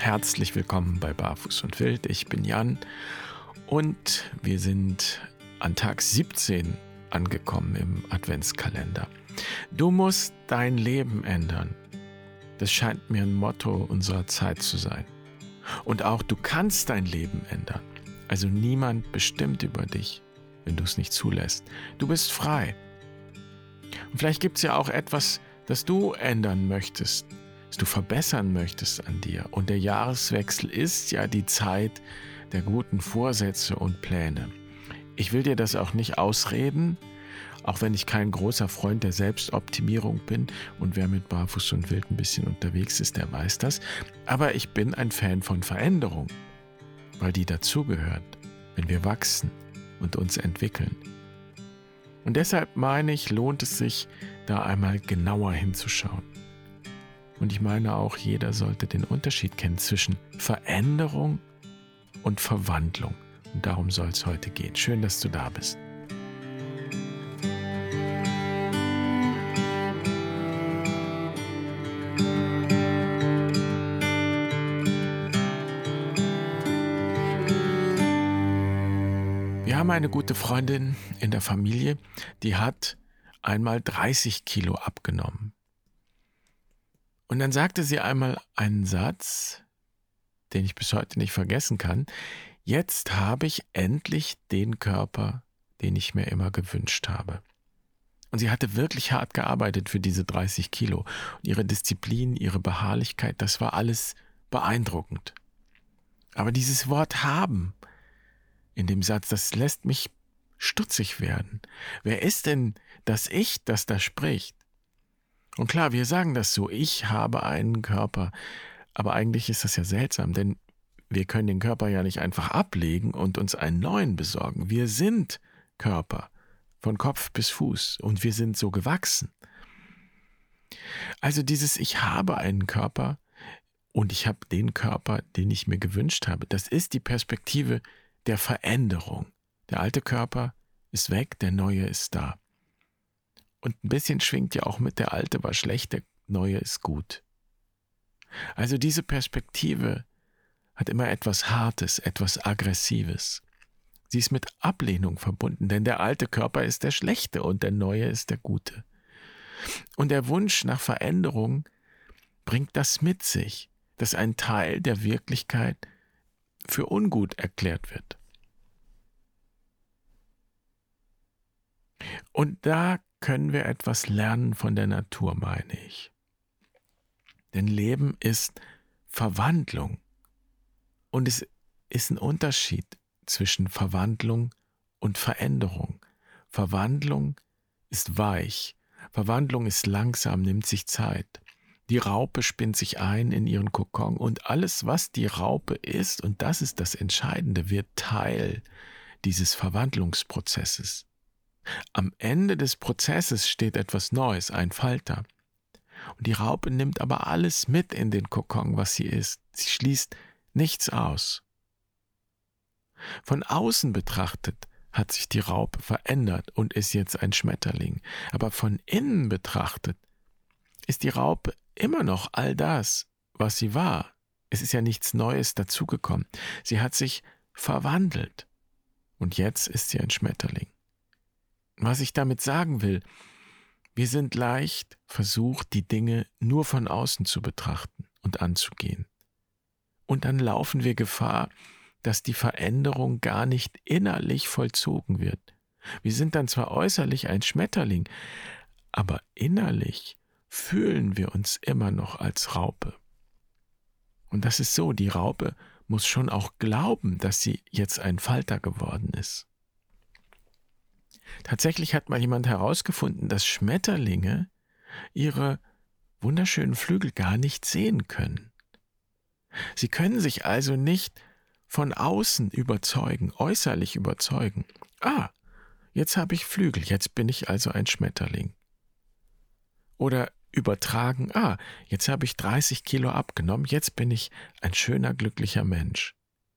herzlich willkommen bei Barfuß und Wild. Ich bin Jan und wir sind an Tag 17 angekommen im Adventskalender. Du musst dein Leben ändern. Das scheint mir ein Motto unserer Zeit zu sein. Und auch du kannst dein Leben ändern. Also niemand bestimmt über dich, wenn du es nicht zulässt. Du bist frei. Und vielleicht gibt es ja auch etwas, das du ändern möchtest, das du verbessern möchtest an dir. Und der Jahreswechsel ist ja die Zeit der guten Vorsätze und Pläne. Ich will dir das auch nicht ausreden, auch wenn ich kein großer Freund der Selbstoptimierung bin. Und wer mit Barfuß und Wild ein bisschen unterwegs ist, der weiß das. Aber ich bin ein Fan von Veränderung, weil die dazugehört, wenn wir wachsen und uns entwickeln. Und deshalb meine ich, lohnt es sich, da einmal genauer hinzuschauen. Und ich meine auch, jeder sollte den Unterschied kennen zwischen Veränderung und Verwandlung. Und darum soll es heute gehen. Schön, dass du da bist. Wir haben eine gute Freundin in der Familie, die hat einmal 30 Kilo abgenommen. Und dann sagte sie einmal einen Satz, den ich bis heute nicht vergessen kann. Jetzt habe ich endlich den Körper, den ich mir immer gewünscht habe. Und sie hatte wirklich hart gearbeitet für diese 30 Kilo. Und ihre Disziplin, ihre Beharrlichkeit, das war alles beeindruckend. Aber dieses Wort haben in dem Satz, das lässt mich stutzig werden. Wer ist denn das Ich, das da spricht? Und klar, wir sagen das so, ich habe einen Körper, aber eigentlich ist das ja seltsam, denn wir können den Körper ja nicht einfach ablegen und uns einen neuen besorgen. Wir sind Körper, von Kopf bis Fuß, und wir sind so gewachsen. Also dieses Ich habe einen Körper und ich habe den Körper, den ich mir gewünscht habe, das ist die Perspektive der Veränderung. Der alte Körper ist weg, der neue ist da. Und ein bisschen schwingt ja auch mit, der alte war schlecht, der neue ist gut. Also diese Perspektive hat immer etwas Hartes, etwas Aggressives. Sie ist mit Ablehnung verbunden, denn der alte Körper ist der schlechte und der neue ist der gute. Und der Wunsch nach Veränderung bringt das mit sich, dass ein Teil der Wirklichkeit für ungut erklärt wird. Und da können wir etwas lernen von der Natur, meine ich. Denn Leben ist Verwandlung. Und es ist ein Unterschied zwischen Verwandlung und Veränderung. Verwandlung ist weich. Verwandlung ist langsam, nimmt sich Zeit. Die Raupe spinnt sich ein in ihren Kokon und alles, was die Raupe ist, und das ist das Entscheidende, wird Teil dieses Verwandlungsprozesses. Am Ende des Prozesses steht etwas Neues, ein Falter. Und die Raupe nimmt aber alles mit in den Kokon, was sie ist. Sie schließt nichts aus. Von außen betrachtet hat sich die Raupe verändert und ist jetzt ein Schmetterling. Aber von innen betrachtet ist die Raupe immer noch all das, was sie war. Es ist ja nichts Neues dazugekommen. Sie hat sich verwandelt. Und jetzt ist sie ein Schmetterling. Was ich damit sagen will, wir sind leicht versucht, die Dinge nur von außen zu betrachten und anzugehen. Und dann laufen wir Gefahr, dass die Veränderung gar nicht innerlich vollzogen wird. Wir sind dann zwar äußerlich ein Schmetterling, aber innerlich fühlen wir uns immer noch als Raupe. Und das ist so, die Raupe muss schon auch glauben, dass sie jetzt ein Falter geworden ist. Tatsächlich hat mal jemand herausgefunden, dass Schmetterlinge ihre wunderschönen Flügel gar nicht sehen können. Sie können sich also nicht von außen überzeugen, äußerlich überzeugen. Jetzt habe ich Flügel, jetzt bin ich also ein Schmetterling. Oder übertragen, jetzt habe ich 30 Kilo abgenommen, jetzt bin ich ein schöner, glücklicher Mensch.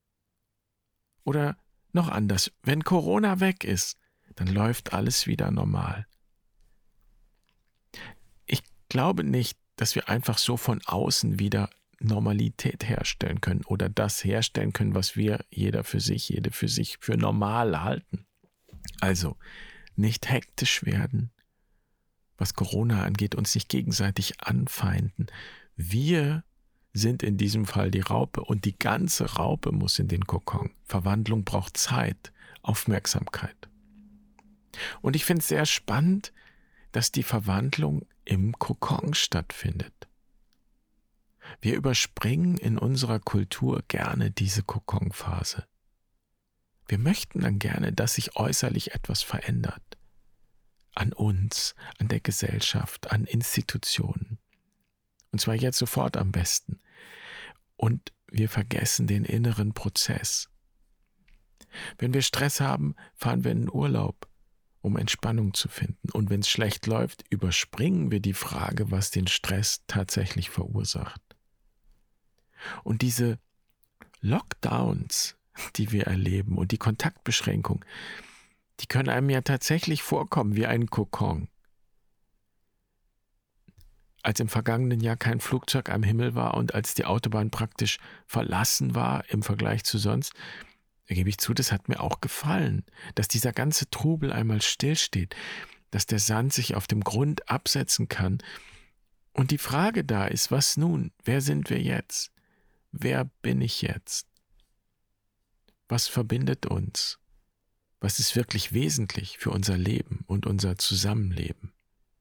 Oder noch anders, wenn Corona weg ist, dann läuft alles wieder normal. Ich glaube nicht, dass wir einfach so von außen wieder Normalität herstellen können oder das herstellen können, was wir jede für sich für normal halten. Also nicht hektisch werden, was Corona angeht, uns nicht gegenseitig anfeinden. Wir sind in diesem Fall die Raupe und die ganze Raupe muss in den Kokon. Verwandlung braucht Zeit, Aufmerksamkeit. Und ich finde es sehr spannend, dass die Verwandlung im Kokon stattfindet. Wir überspringen in unserer Kultur gerne diese Kokonphase. Wir möchten dann gerne, dass sich äußerlich etwas verändert. An uns, an der Gesellschaft, an Institutionen. Und zwar jetzt sofort am besten. Und wir vergessen den inneren Prozess. Wenn wir Stress haben, fahren wir in den Urlaub, um Entspannung zu finden. Und wenn es schlecht läuft, überspringen wir die Frage, was den Stress tatsächlich verursacht. Und diese Lockdowns, die wir erleben und die Kontaktbeschränkung, die können einem ja tatsächlich vorkommen wie ein Kokon. Als im vergangenen Jahr kein Flugzeug am Himmel war und als die Autobahn praktisch verlassen war im Vergleich zu sonst, da gebe ich zu, das hat mir auch gefallen, dass dieser ganze Trubel einmal stillsteht, dass der Sand sich auf dem Grund absetzen kann und die Frage da ist, was nun? Wer sind wir jetzt? Wer bin ich jetzt? Was verbindet uns? Was ist wirklich wesentlich für unser Leben und unser Zusammenleben?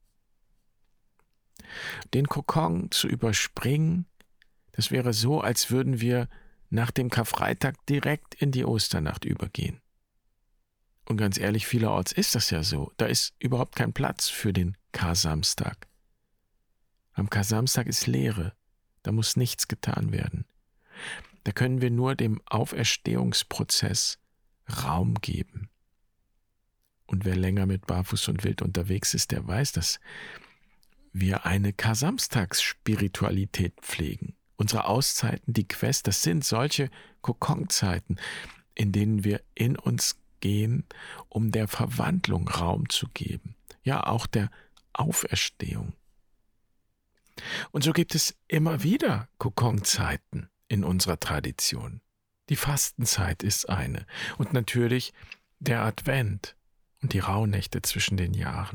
Den Kokon zu überspringen, das wäre so, als würden wir nach dem Karfreitag direkt in die Osternacht übergehen. Und ganz ehrlich, vielerorts ist das ja so. Da ist überhaupt kein Platz für den Kar-Samstag. Am Kar-Samstag ist Leere, da muss nichts getan werden. Da können wir nur dem Auferstehungsprozess Raum geben. Und wer länger mit Barfuß und Wild unterwegs ist, der weiß, dass wir eine Kar-Samstags-Spiritualität pflegen. Unsere Auszeiten, die Quest, das sind solche Kokonzeiten, in denen wir in uns gehen, um der Verwandlung Raum zu geben. Ja, auch der Auferstehung. Und so gibt es immer wieder Kokonzeiten in unserer Tradition. Die Fastenzeit ist eine. Und natürlich der Advent und die Rauhnächte zwischen den Jahren.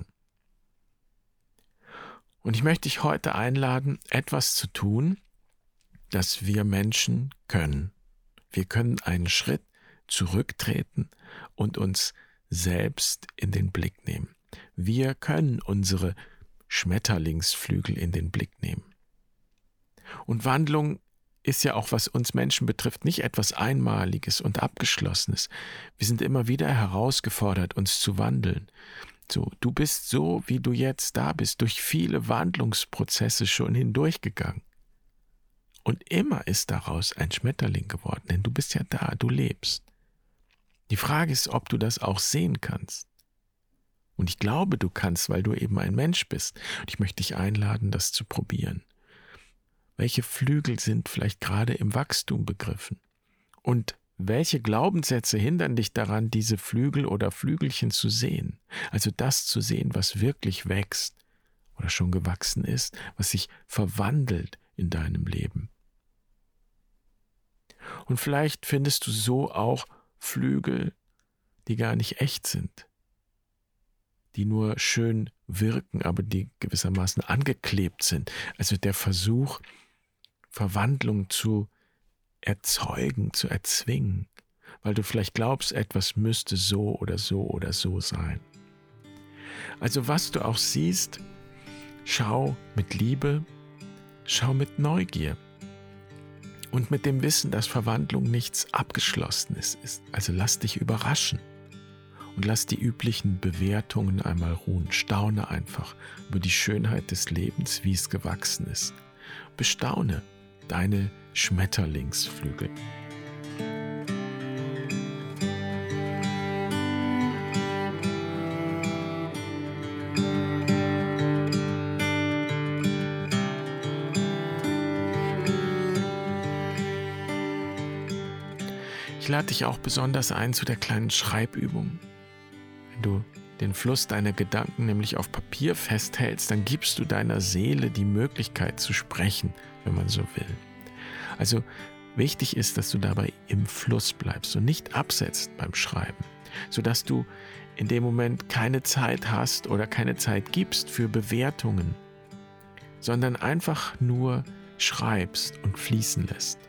Und ich möchte dich heute einladen, etwas zu tun, das wir Menschen können. Wir können einen Schritt zurücktreten und uns selbst in den Blick nehmen. Wir können unsere Schmetterlingsflügel in den Blick nehmen. Und Wandlung ist ja auch, was uns Menschen betrifft, nicht etwas Einmaliges und Abgeschlossenes. Wir sind immer wieder herausgefordert, uns zu wandeln. So, du bist so, wie du jetzt da bist, durch viele Wandlungsprozesse schon hindurchgegangen. Und immer ist daraus ein Schmetterling geworden, denn du bist ja da, du lebst. Die Frage ist, ob du das auch sehen kannst. Und ich glaube, du kannst, weil du eben ein Mensch bist. Und ich möchte dich einladen, das zu probieren. Welche Flügel sind vielleicht gerade im Wachstum begriffen? Und welche Glaubenssätze hindern dich daran, diese Flügel oder Flügelchen zu sehen? Also das zu sehen, was wirklich wächst oder schon gewachsen ist, was sich verwandelt in deinem Leben. Und vielleicht findest du so auch Flügel, die gar nicht echt sind, die nur schön wirken, aber die gewissermaßen angeklebt sind. Also der Versuch, Verwandlung zu erzeugen, zu erzwingen, weil du vielleicht glaubst, etwas müsste so oder so oder so sein. Also was du auch siehst, schau mit Liebe, schau mit Neugier und mit dem Wissen, dass Verwandlung nichts Abgeschlossenes ist. Also lass dich überraschen und lass die üblichen Bewertungen einmal ruhen. Staune einfach über die Schönheit des Lebens, wie es gewachsen ist. Bestaune deine Schmetterlingsflügel. Ich lade dich auch besonders ein zu der kleinen Schreibübung. Wenn du den Fluss deiner Gedanken nämlich auf Papier festhältst, dann gibst du deiner Seele die Möglichkeit zu sprechen, wenn man so will. Also wichtig ist, dass du dabei im Fluss bleibst und nicht absetzt beim Schreiben, sodass du in dem Moment keine Zeit hast oder keine Zeit gibst für Bewertungen, sondern einfach nur schreibst und fließen lässt.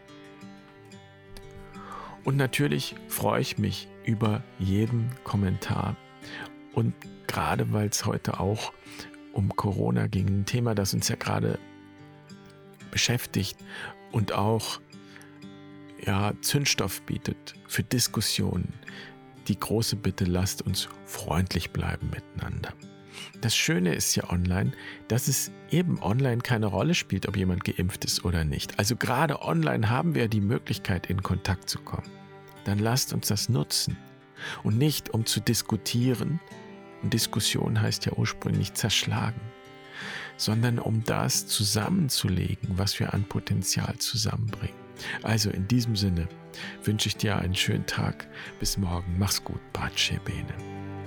Und natürlich freue ich mich über jeden Kommentar. Und gerade weil es heute auch um Corona ging, ein Thema, das uns ja gerade beschäftigt und auch Zündstoff bietet für Diskussionen. Die große Bitte, lasst uns freundlich bleiben miteinander. Das Schöne ist ja online, dass es eben online keine Rolle spielt, ob jemand geimpft ist oder nicht. Also gerade online haben wir die Möglichkeit, in Kontakt zu kommen. Dann lasst uns das nutzen und nicht, um zu diskutieren. Und Diskussion heißt ja ursprünglich zerschlagen, sondern um das zusammenzulegen, was wir an Potenzial zusammenbringen. Also in diesem Sinne wünsche ich dir einen schönen Tag. Bis morgen. Mach's gut. Pace bene.